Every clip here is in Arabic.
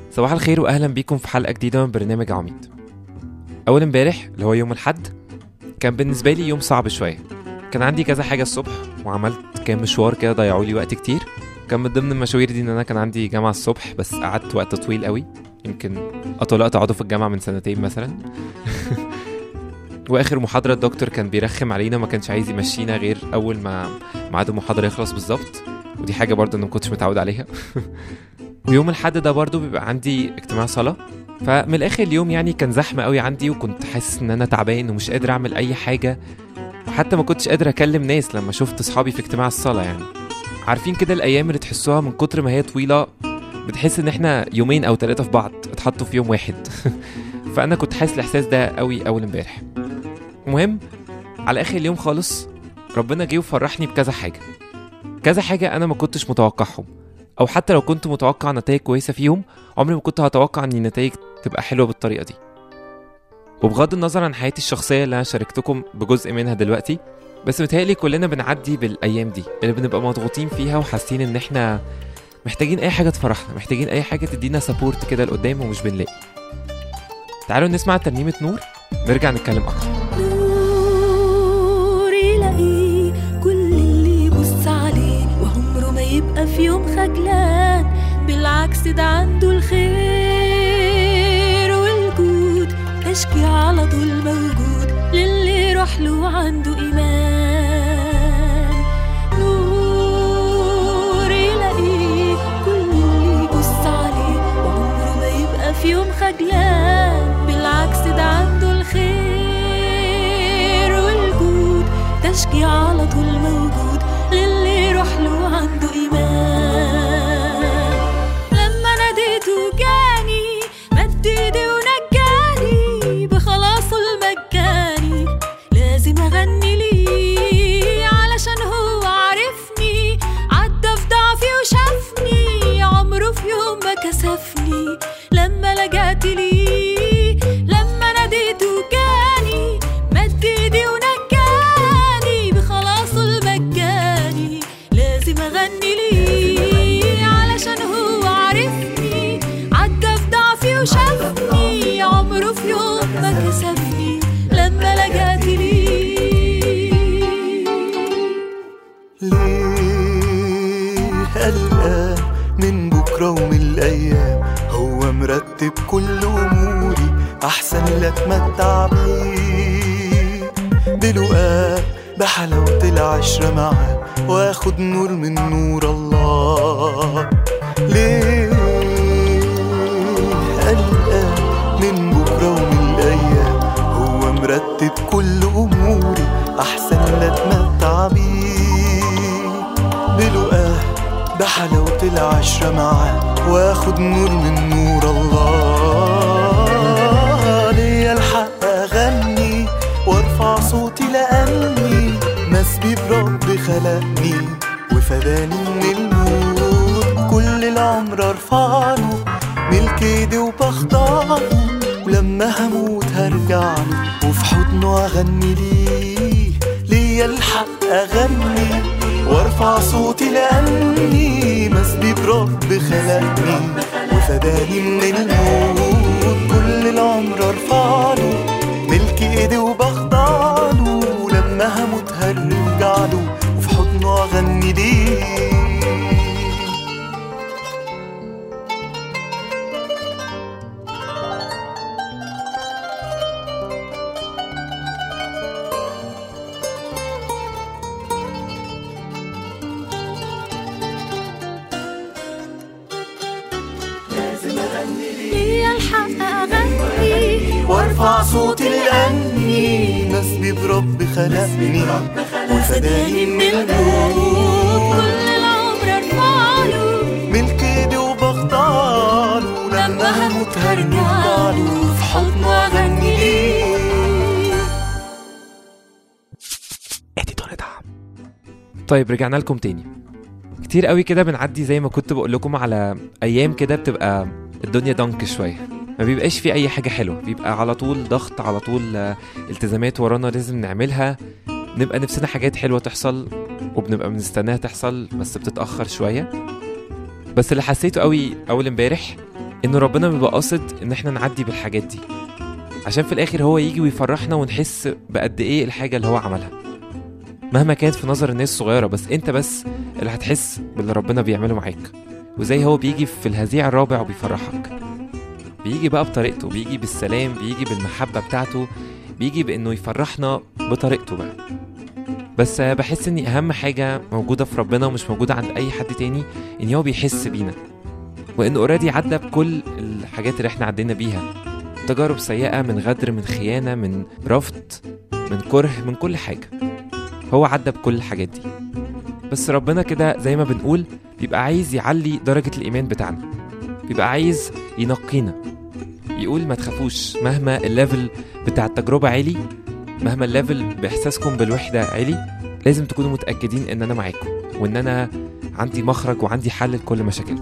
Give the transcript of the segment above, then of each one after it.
صباح الخير واهلا بيكم في حلقه جديده من برنامج عميد. اول امبارح اللي هو يوم الاحد كان بالنسبه لي يوم صعب شويه. كان عندي كذا حاجه الصبح وعملت كام مشوار كده ضيعوا لي وقت كتير. كان من ضمن المشاوير دي ان انا كان عندي جامعه الصبح، بس قعدت وقت طويل قوي، يمكن اطول وقت اقعده في الجامعه من 2 مثلا. واخر محاضره الدكتور كان بيرخم علينا، ما كانش عايز يمشينا غير اول ما ميعاد المحاضره يخلص بالظبط، ودي حاجه برضه انا ما كنتش متعود عليها. ويوم الحد ده برضو بيبقى عندي اجتماع صلاة. فمن الاخر اليوم يعني كان زحمة قوي عندي، وكنت حاسس ان انا تعبان ومش قادر اعمل اي حاجة، وحتى ما كنتش قادر اكلم ناس لما شفت صحابي في اجتماع الصلاة. يعني عارفين كده الايام اللي تحسوها من كتر ما هي طويلة بتحس ان احنا 2 أو 3 في بعض اتحطوا في يوم واحد. فانا كنت حاسس الاحساس ده قوي اول امبارح. المهم على اخر اليوم خالص ربنا جه وفرحني بكذا حاجة انا ما كنتش متوقعهم، او حتى لو كنت متوقع نتائج كويسة فيهم عمري ما كنت هتوقع ان النتائج تبقى حلوة بالطريقة دي. وبغض النظر عن حياتي الشخصية اللي انا شاركتكم بجزء منها دلوقتي، بس متهيألي كلنا بنعدي بالايام دي اللي بنبقى مضغوطين فيها وحاسين ان احنا محتاجين اي حاجة تفرحنا، محتاجين اي حاجة تدينا سابورت كده لقدام ومش بنلاقي. تعالوا نسمع ترنيمة نور نرجع نتكلم اكتر. نور يلاقي كل اللي يبص عليه وعمره ما يبقى في يوم خجلان، بالعكس ده عنده الخير والجود، تشجيع على طول موجود للي يروح له عنده إيمان. نور يلاقي كل اللي يبص عليه وعمره ما يبقى في يوم خجلان، بالعكس ده عنده الخير والجود، تشجيع على طول موجود للي يروح له عنده إيمان. لما ناديته جاني مد ايدي ونجاني بخلاصه المجاني، لازم اغني ليه علشان هو عارفني، عدى في ضعفي وشافني، عمره في يوم ما كسفني. لما لجأت ليه لما ناديته جاني مد ايدي ونجاني بخلاصه المجاني، لازم اغني ليه علشان هو عارفني، عدى في ضعفي وشافني، عمره في يوم ما كسفني. لما لجأت ليه قلقان من بكرة ومن الأيام، هو مرتب كل أموري أحسن لا أتمتع بيه، بلقاه بحلاوة العشرة معاه وآخد نور من نور الله. ليه قلقان من بكرة ومن الأيام، هو مرتب كل أموري أحسن لا أتمتع بيه، بلقاه بحلاوة العشرة معاه واخد نور من نور الله. ليا الحق اغني وارفع صوتي لاني مسبي برب خلقني وفداني من الموت، كل العمر ارفعله ملك ايدي وبخضعه، ولما هموت هرجعله وفي حضنه اغني ليه. ليا الحق اغني وارفع صوتي لاني مسبي برب خلقني وفداني من الموت، كل العمر ارفعله ملك ايدي وبخضعله، ولما هموت هرجعله وفي حضنه اغني ليه. ليا الحق اغني وارفع صوتي لاني مسبي برب خلقني وفداني من الموت، كل العمر ارفعله ملك ايدي وبخضعله، لما هموت هرجعله في حضنه اغني ليه. طيب رجعنا لكم تاني. كتير قوي كده بنعدي زي ما كنت بقول لكم على ايام كده بتبقى الدنيا ضنك شويه، ما بيبقاش في اي حاجه حلوه، بيبقى على طول ضغط، على طول التزامات ورانا لازم نعملها، نبقى نفسنا حاجات حلوه تحصل وبنبقى بنستناها تحصل بس بتتاخر شويه. بس اللي حسيته قوي اول امبارح إنه ربنا بيبقى قاصد إن احنا نعدي بالحاجات دي، عشان في الآخر هو يجي ويفرحنا ونحس بقد إيه الحاجة اللي هو عملها، مهما كانت في نظر الناس صغيرة، بس انت بس اللي هتحس باللي ربنا بيعمله معاك. وزي هو بيجي في الهزيع الرابع وبيفرحك، بيجي بقى بطريقته، بيجي بالسلام، بيجي بالمحبة بتاعته، بيجي بانه يفرحنا بطريقته بقى. بس بحس ان اهم حاجة موجودة في ربنا ومش موجودة عند اي حد تاني، ان هو بيحس بينا، وانه اوريدي عدى بكل الحاجات اللي احنا عدينا بيها، تجارب سيئة، من غدر، من خيانة، من رفض، من كره، من كل حاجة. هو عدى بكل الحاجات دي. بس ربنا كده زي ما بنقول بيبقى عايز يعلي درجة الإيمان بتاعنا، بيبقى عايز ينقينا، يقول ما تخافوش مهما الليفل بتاع التجربة عالي، مهما الليفل بإحساسكم بالوحدة عالي، لازم تكونوا متأكدين إن أنا معاكم، وإن أنا عندي مخرج وعندي حل لكل مشاكلكم.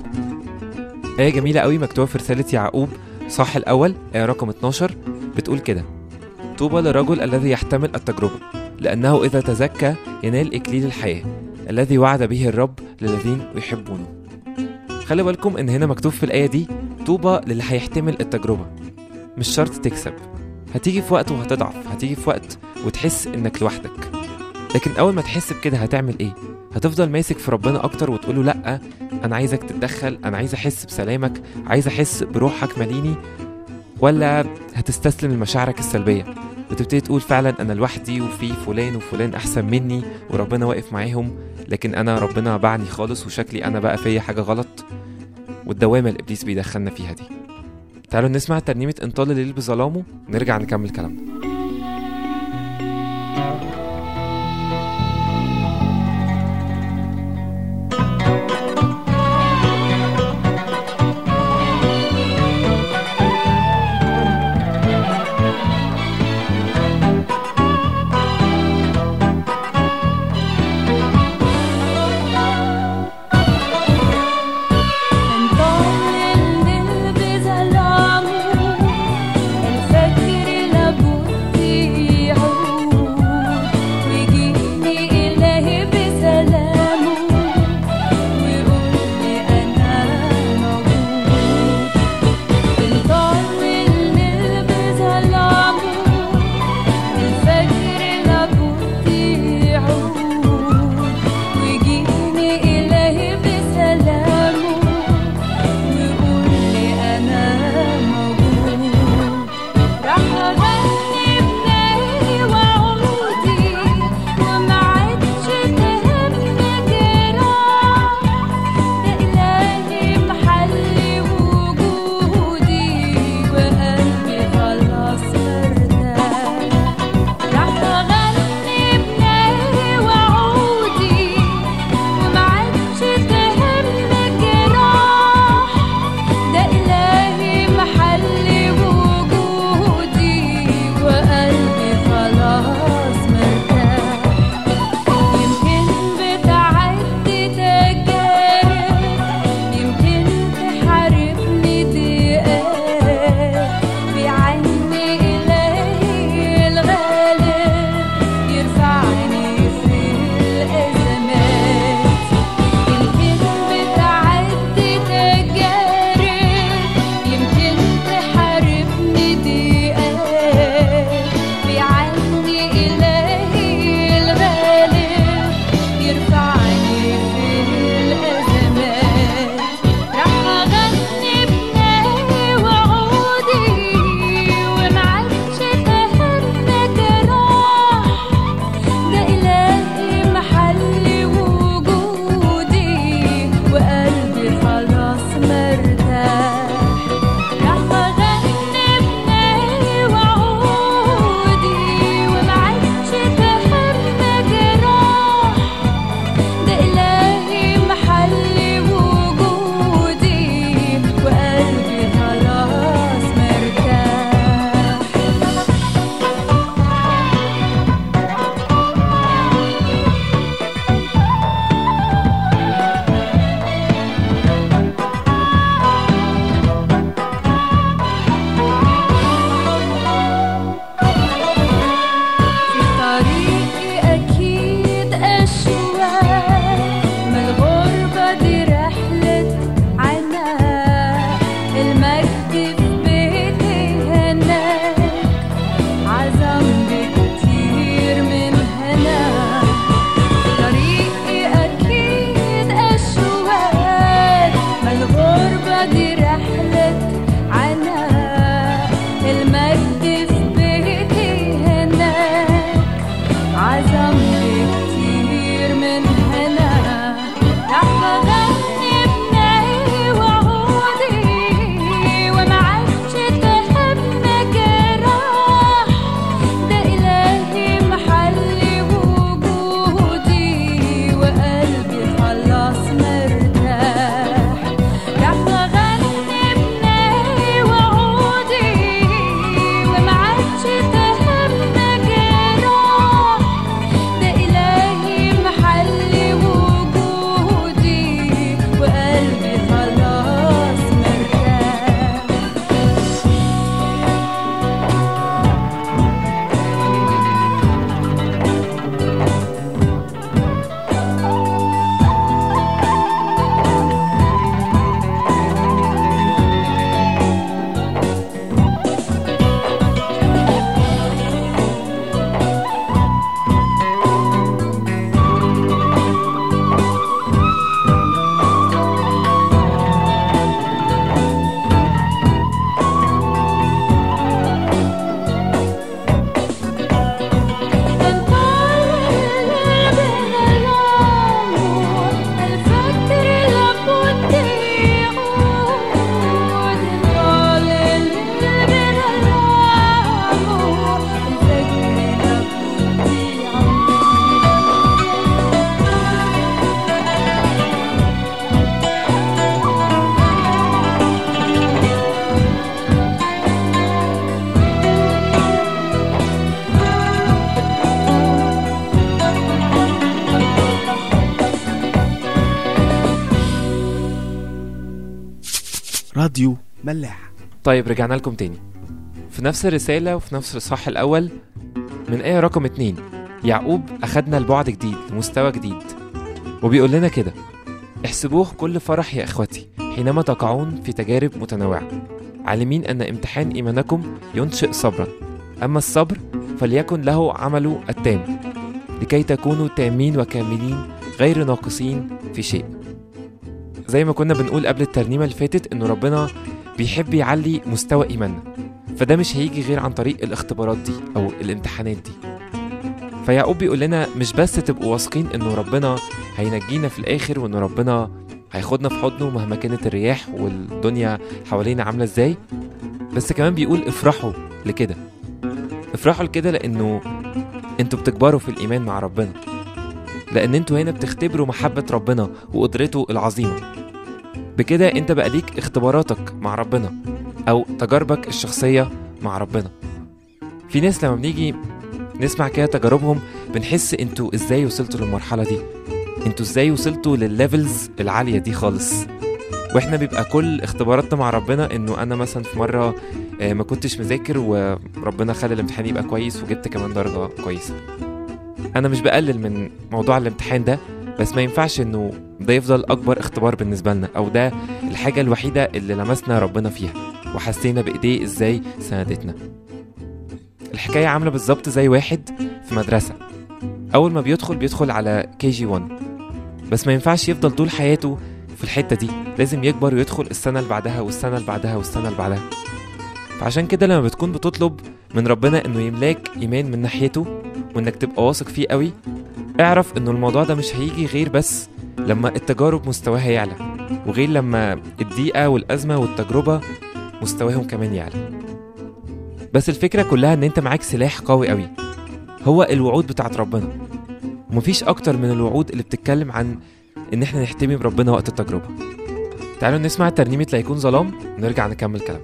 آية جميلة قوي مكتوبة في رسالة يعقوب صح الأول آية رقم 12 بتقول كده: طوبى للرجل الذي يحتمل التجربة، لأنه إذا تزكى ينال إكليل الحياة الذي وعد به الرب للذين يحبونه. خلي بالكم إن هنا مكتوب في الآية دي طوبى للي هيحتمل التجربة. مش شرط تكسب، هتيجي في وقت وهتضعف، هتيجي في وقت وتحس إنك لوحدك، لكن أول ما تحس بكده هتعمل إيه؟ هتفضل ماسك في ربنا أكتر وتقوله لأ أنا عايزك تتدخل، أنا عايز أحس بسلامك، عايز أحس بروحك ماليني، ولا هتستسلم لمشاعرك السلبية وتبتدي تقول فعلا أنا لوحدي وفي فلان وفلان أحسن مني وربنا واقف معاهم، لكن أنا ربنا باعني خالص وشكلي أنا بقى فيا حاجة غلط، والدوامة الإبليس بيدخلنا فيها دي. تعالوا نسمع ترنيمة انطال الليل بظلامه نرجع نكمل كلامنا. الفجر لابد يعود راديو ملاح. طيب رجعنا لكم تاني في نفس الرسالة وفي نفس الصح الأول من آية رقم 2. يعقوب أخدنا لبعد جديد لمستوى جديد وبيقول لنا كده: احسبوه كل فرح يا إخوتي حينما تقعون في تجارب متنوعة، عالمين أن امتحان إيمانكم ينشئ صبرا، أما الصبر فليكن له عمله التام، لكي تكونوا تامين وكاملين غير ناقصين في شيء. زي ما كنا بنقول قبل الترنيمة اللي فاتت إنه ربنا بيحب يعلي مستوى إيماننا، فده مش هيجي غير عن طريق الاختبارات دي أو الامتحانات دي. فيعقوب بيقول لنا مش بس تبقوا واثقين إنه ربنا هينجينا في الآخر وإنه ربنا هياخدنا في حضنه مهما كانت الرياح والدنيا حوالينا عاملة إزاي، بس كمان بيقول افرحوا لكده، افرحوا لكده لأنه انتوا بتكبروا في الإيمان مع ربنا، لأن انتوا هنا بتختبروا محبة ربنا وقدرته العظيمة. بكده انت بقى ليك اختباراتك مع ربنا أو تجاربك الشخصية مع ربنا. في ناس لما بنيجي نسمع كده تجاربهم بنحس انتوا ازاي وصلتوا للمرحلة دي، انتوا ازاي وصلتوا للليفلز العالية دي خالص. واحنا بيبقى كل اختباراتنا مع ربنا انه انا مثلا في مرة ما كنتش مذاكر وربنا خلى الامتحان يبقى كويس وجبت كمان درجة كويسة. انا مش بقلل من موضوع الامتحان ده، بس ما ينفعش انه ده يفضل اكبر اختبار بالنسبة لنا او ده الحاجة الوحيدة اللي لمسنا ربنا فيها وحسينا بايديه ازاي ساندتنا. الحكاية عاملة بالظبط زي واحد في مدرسة اول ما بيدخل على KG1، بس ما ينفعش يفضل طول حياته في الحتة دي، لازم يكبر ويدخل السنة اللي بعدها والسنة اللي بعدها والسنة اللي بعدها. فعشان كده لما بتكون بتطلب من ربنا انه يملاك ايمان من ناحيته وانك تبقى واثق فيه قوي، اعرف انه الموضوع ده مش هيجي غير بس لما التجارب مستواها يعلى، وغير لما الضيقة والأزمة والتجربة مستواهم كمان يعلى. بس الفكرة كلها ان انت معاك سلاح قوي قوي، هو الوعود بتاعت ربنا. ومفيش اكتر من الوعود اللي بتتكلم عن ان احنا نحتمي بربنا وقت التجربة. تعالوا نسمع ترنيمة لا يكون ظلام ونرجع نكمل كلام.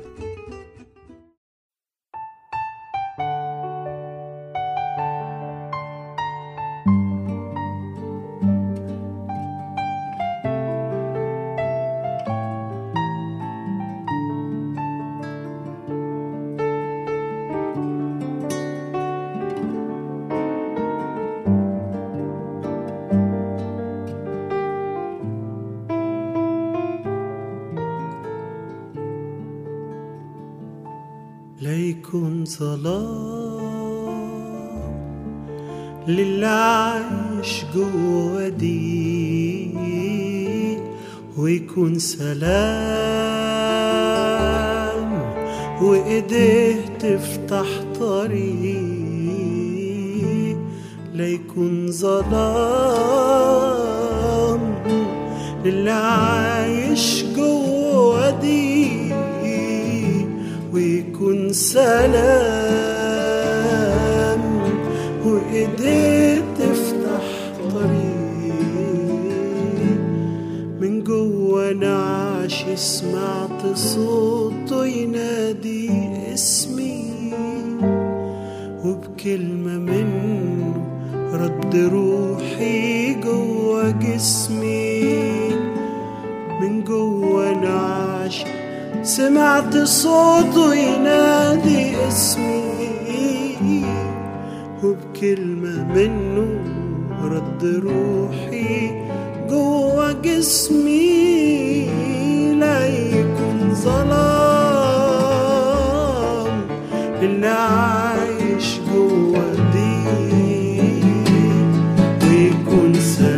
لا يكون ظلام للي عايش جوا دي، ويكون سلام وإيديه تفتح طريق. لا يكون ظلام للي عايش جوا دي، ويكون سلام وإيديه تفتح طريق. من جوا نعش سمعت صوته ينادي اسمي، وبكلمة منه رد روحي جوا جسمي. من جوا نعش سمعت صوته ينادي اسمي، وبكلمة منه رد روحي جوا جسمي. لا يكون ظلام اللي عايش جوا دي، ويكون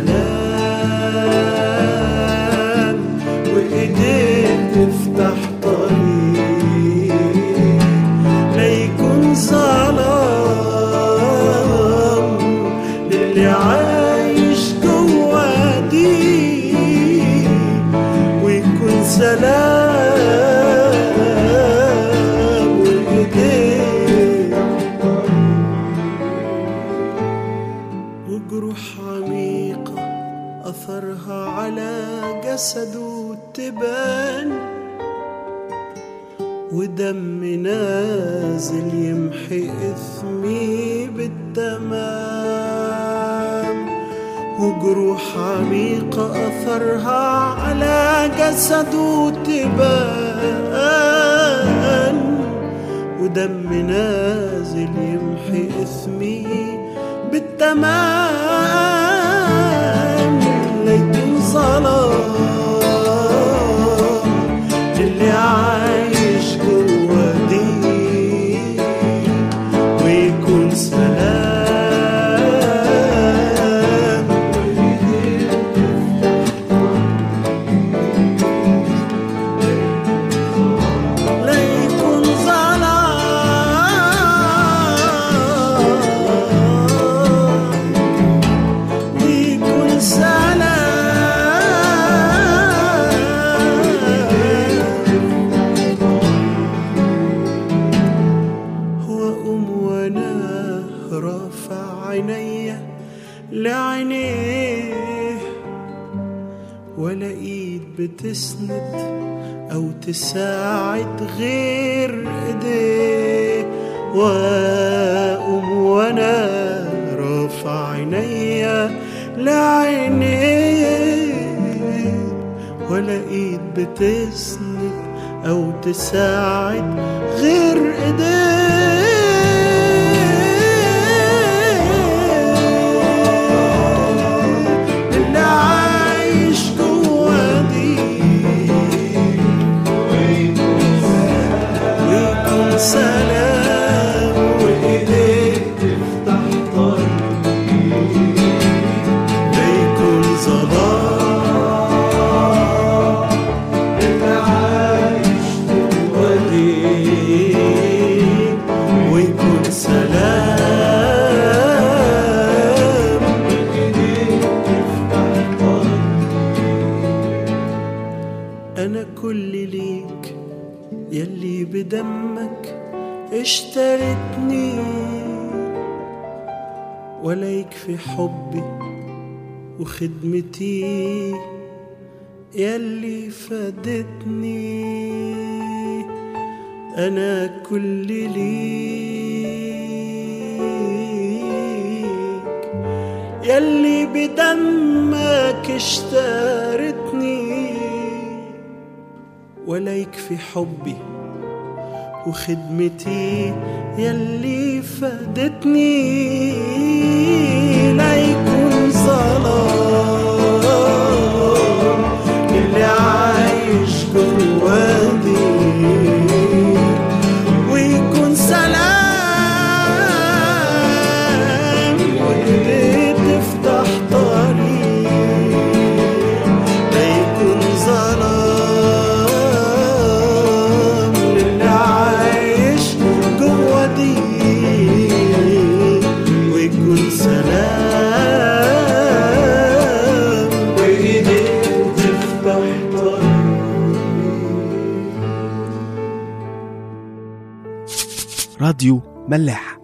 سلام وإيديه تفتح ظلام للي عايش جوا دي، ويكون سلام وإيديه. وجروح عميقة أثرها على جسده تبان، ودم نازل يمحي إثمي بالتمام. وجروح عميقة أثرها على جسده تبان، ودم نازل يمحي إثمي بالتمام. ليكن ظلام للي عايش جوا دي، ويكون سلام لعينيه، ولا ايد بتسند او تساعد غير ايديه. واقوم وانا رافع عينيا لعينيه، ولا ايد بتسند او تساعد غير ايديه. سلام وإيديك تفتح طريقي، ليكون ظلام اللي عايش جواديك، ويكون سلام وإيديك تفتح طريقي. أنا كل ليك يلي بدمك اشتريتني، ولا يكفي حبي وخدمتي يلي فادتني. أنا كل ليك يلي بدمك اشتريتني، ولا يكفي حبي وخدمتي يلي فادتني. لا يكون ظلام اللي عايش جوادي، ويكون سلام وإيديك تفتح طريق. لا يكون ظلام للي عايش جوادي، ويكون سلام وإيديك تفتح طريق. راديو ملاح.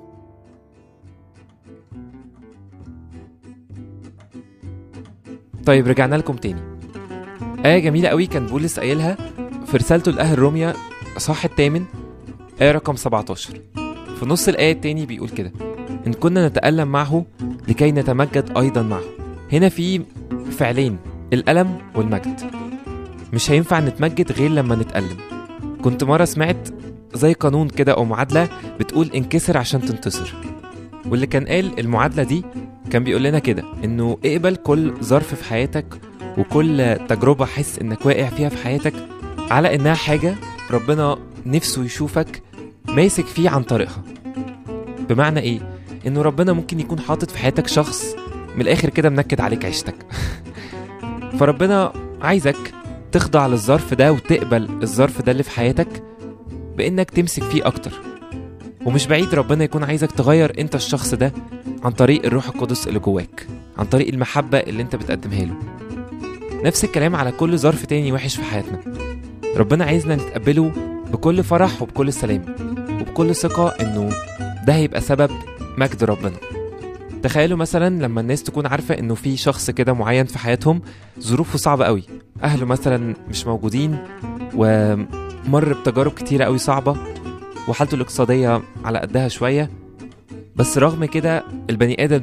طيب رجعنا لكم تاني. آية جميلة قوي كان بولس قايلها في رسالته لأهل روميا صح 8 آية رقم 17. في نص الآية التاني بيقول كده: إن كنا نتألم معه لكي نتمجد أيضا معه. هنا في فعلين، الألم والمجد. مش هينفع نتمجد غير لما نتألم. كنت مرة سمعت زي قانون كده أو معادلة بتقول انكسر عشان تنتصر، واللي كان قال المعادلة دي كان بيقول لنا كده إنه اقبل كل ظرف في حياتك وكل تجربة حس إنك واقع فيها في حياتك على إنها حاجة ربنا نفسه يشوفك ماسك فيه عن طريقها. بمعنى إيه؟ إنه ربنا ممكن يكون حاطط في حياتك شخص من الآخر كده منكد عليك عيشتك فربنا عايزك تخضع للظرف ده وتقبل الظرف ده اللي في حياتك بإنك تمسك فيه أكتر. ومش بعيد ربنا يكون عايزك تغير انت الشخص ده عن طريق الروح القدس اللي جواك، عن طريق المحبة اللي انت بتقدمها له. نفس الكلام على كل ظرف تاني وحش في حياتنا. ربنا عايزنا نتقبله بكل فرح وبكل سلام وبكل ثقة انه ده هيبقى سبب مجد ربنا. تخيلوا مثلا لما الناس تكون عارفة انه في شخص كده معين في حياتهم ظروفه صعبة قوي، اهله مثلا مش موجودين ومر بتجارب كتيرة قوي صعبة وحالته الاقتصادية على قدها شوية، بس رغم كده البني آدم ده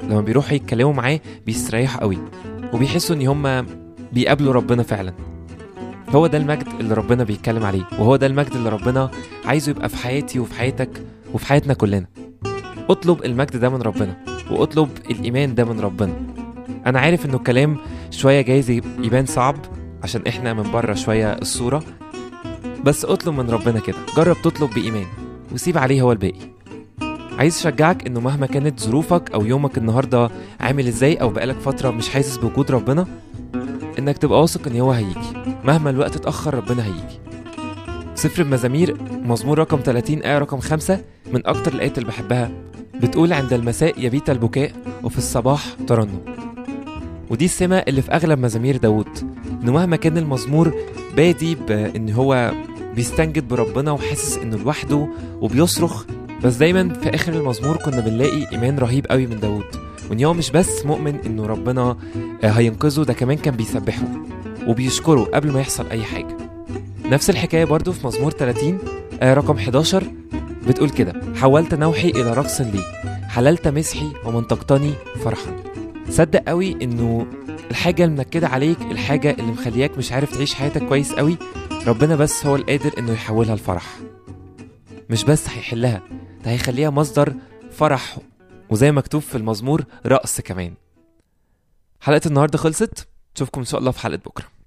لما بيروحوا يتكلموا معاه بيستريحوا قوي وبيحسوا ان هم بيقابلوا ربنا فعلا. هو ده المجد اللي ربنا بيتكلم عليه، وهو ده المجد اللي ربنا عايزه يبقى في حياتي وفي حياتك وفي حياتنا كلنا. اطلب المجد ده من ربنا، واطلب الإيمان ده من ربنا. أنا عارف إنه الكلام شوية جايز يبان صعب عشان إحنا من بره شوية الصورة، بس اطلب من ربنا كده، جرب تطلب بإيمان وسيب عليه هو الباقي. عايز أشجعك إنه مهما كانت ظروفك أو يومك النهاردة عامل إزاي، أو بقالك فترة مش حاسس بوجود ربنا، إنك تبقى واثق إن هو هيجي مهما الوقت اتأخر. ربنا هيجي. سفر المزامير مزمور رقم 30 آية رقم 5 من أكتر الآيات اللي بحبها، بتقول عند المساء يبيت البكاء وفي الصباح ترنم. ودي السمة اللي في أغلب مزامير داود، إنه مهما كان المزمور بادي بإن هو بيستنجد بربنا وحاسس إنه لوحده وبيصرخ، بس دايما في آخر المزمور كنا بنلاقي إيمان رهيب قوي من داود، وإن هو مش بس مؤمن إنه ربنا هينقذه، ده كمان كان بيسبحه وبيشكره قبل ما يحصل أي حاجة. نفس الحكاية برضو في مزمور 30 رقم 11 بتقول كده: حولت نوحي إلى رقص لي، حللت مسحي ومنطقتني فرحا. صدق قوي إنه الحاجة المنكدة عليك، الحاجة اللي مخلياك مش عارف تعيش حياتك كويس قوي، ربنا بس هو القادر إنه يحولها لفرح. مش بس هيحلها، ده هيخليها مصدر فرح، وزي مكتوب في المزمور رقص كمان. حلقة النهاردة خلصت، نشوفكم إن شاء الله في حلقة بكرة.